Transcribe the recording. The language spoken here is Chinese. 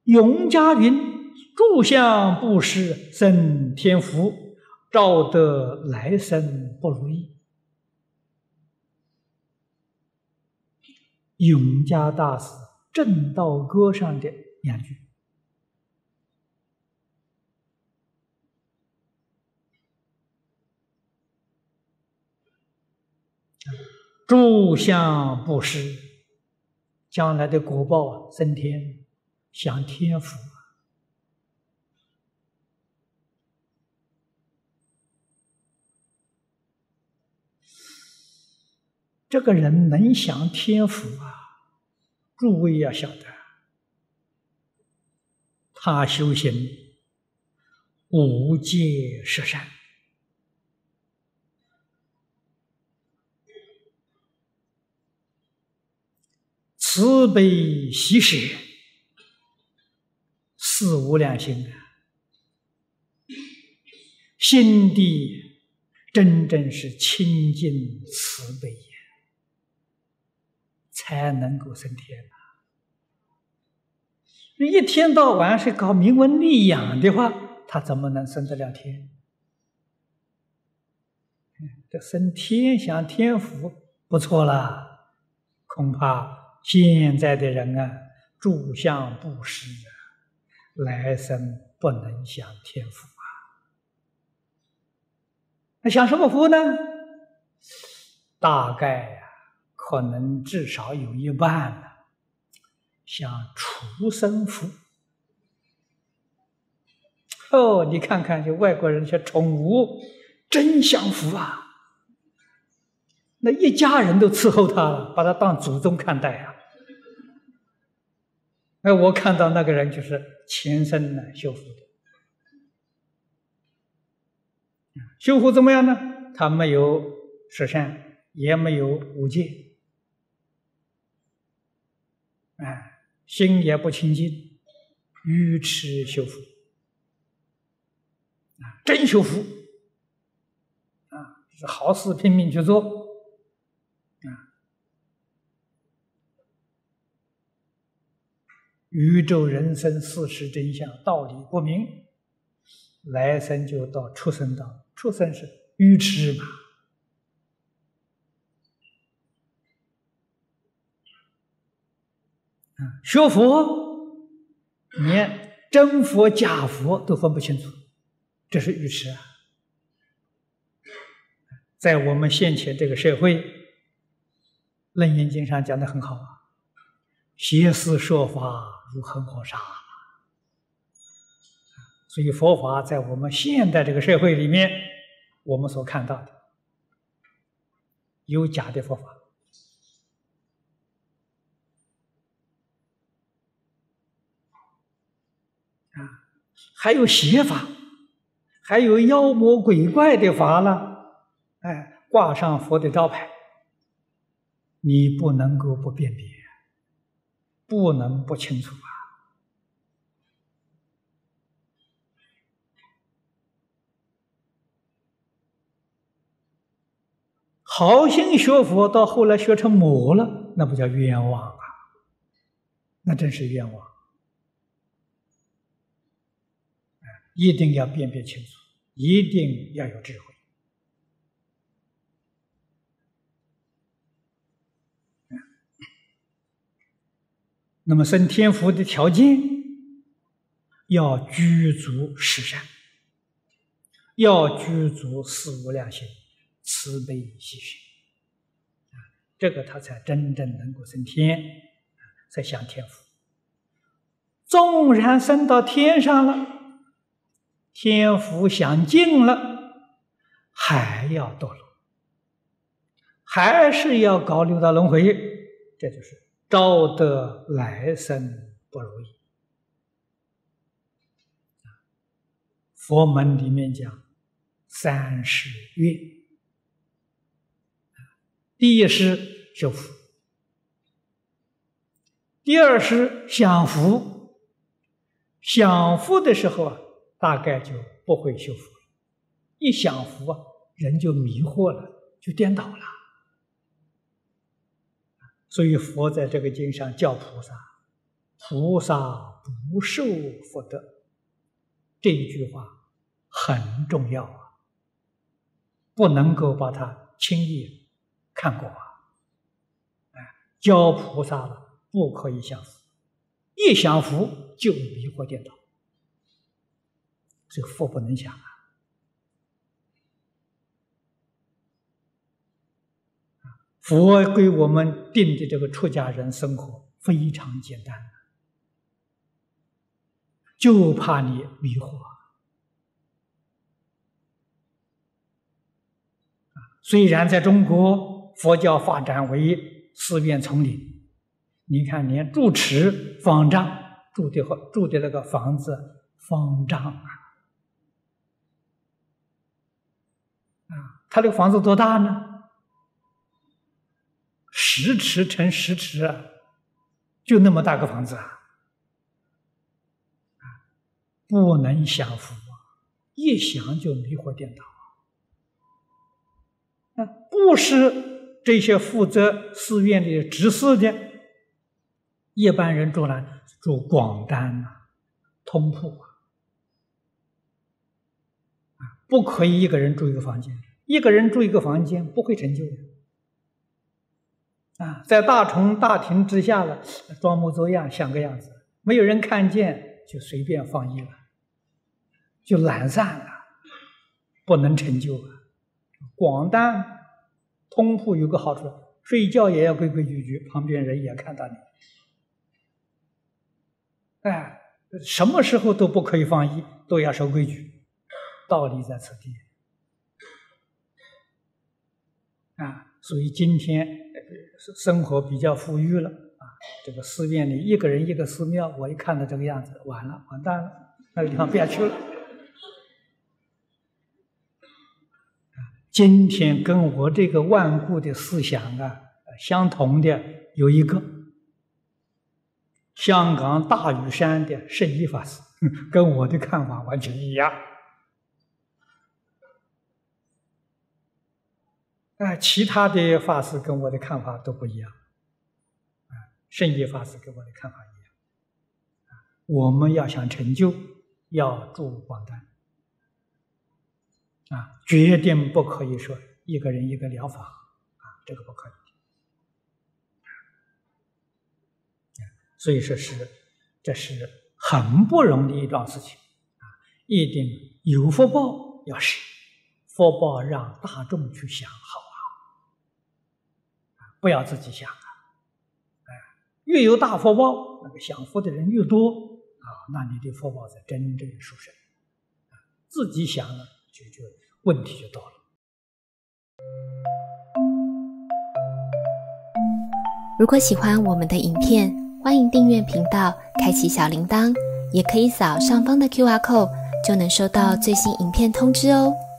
永嘉云：住相布施生天福，照得来生不如意。永嘉大师正道歌上的2句。住相布施，将来的果报升天，享天福。这个人能享天福啊，诸位要晓得，他修行无戒十善，慈悲喜舍，四无量心啊，心地真正是清净慈悲呀，才能够升天啊。一天到晚是搞名闻利养的话，他怎么能升得了天？这升天享天福不错啦，恐怕现在的人啊，住相布施啊，来生不能享天福啊。那享什么福呢？大概可能至少有一半呢，享畜生福。哦，你看看，就外国人些宠物，真享福啊！那一家人都伺候他了，把他当祖宗看待啊！我看到那个人就是前生呢修福的，修福怎么样呢？他没有十善，也没有五戒，心也不清净，愚痴修福，真修福是好事拼命去做。宇宙人生事实真相道理不明，来生就到畜生道。畜生是愚痴嘛，学佛连真佛假佛都分不清楚，这是愚痴啊！在我们现前这个社会，《楞严经》上讲得很好啊，邪思说法如恒河沙。所以佛法在我们现代这个社会里面，我们所看到的有假的佛法，还有邪法，还有妖魔鬼怪的法了，挂上佛的招牌，你不能够不辨别，不能不清楚啊！好心学佛，到后来学成魔了，那不叫冤枉啊，那真是冤枉。一定要辨别清楚，一定要有智慧。那么升天福的条件，要具足十善，要具足四无量心，慈悲喜舍，这个他才真正能够升天，才享天福。纵然升到天上了，天福享尽了，还要堕落，还是要搞六道轮回，这就是招得来生不如意。佛门里面讲30愿，第一是修福，第二是享福。享福的时候大概就不会修福了，一享福人就迷惑了，就颠倒了。所以佛在这个经上叫菩萨不受福德，这一句话很重要啊，不能够把它轻易看过啊！教菩萨了，不可以享福，一享福就迷惑颠倒，这个福不能享啊！佛给我们定的这个出家人生活非常简单，就怕你迷惑。虽然在中国佛教发展为寺院丛林，你看连住持方丈住的那个房子方丈啊，他这个房子多大呢？10尺乘10尺啊，就那么大个房子啊，不能享福啊，一享就迷惑颠倒啊！不是这些负责寺院里执事的，一般人住哪？住广单啊，通铺啊，不可以一个人住一个房间，一个人住一个房间不会成就的。在大虫大庭之下了，装模作样像个样子，没有人看见就随便放逸了，就懒散了，不能成就啊。广单通铺有个好处，睡觉也要规规矩矩，旁边人也看到你。什么时候都不可以放逸，都要守规矩，道理在此地所以今天生活比较富裕了这个寺院里一个人一个寺庙，我一看到这个样子，完蛋了，那个地方不要去了。今天跟我这个顽固的思想相同的有一个香港大屿山的圣一法师，跟我的看法完全一样。其他的法师跟我的看法都不一样，圣一法师跟我的看法一样。我们要想成就，要住广单决定不可以说一个人一个疗法这个不可以。所以说这是很不容易的一桩事情一定有福报要施，福报让大众去享好不要自己想越有大福报，那个享福的人越多那你的福报才真正殊胜自己想了就问题就到了。 如果喜欢我们的影片，欢迎订阅频道，开启小铃铛，也可以扫上方的 QR code，就能收到最新影片通知哦。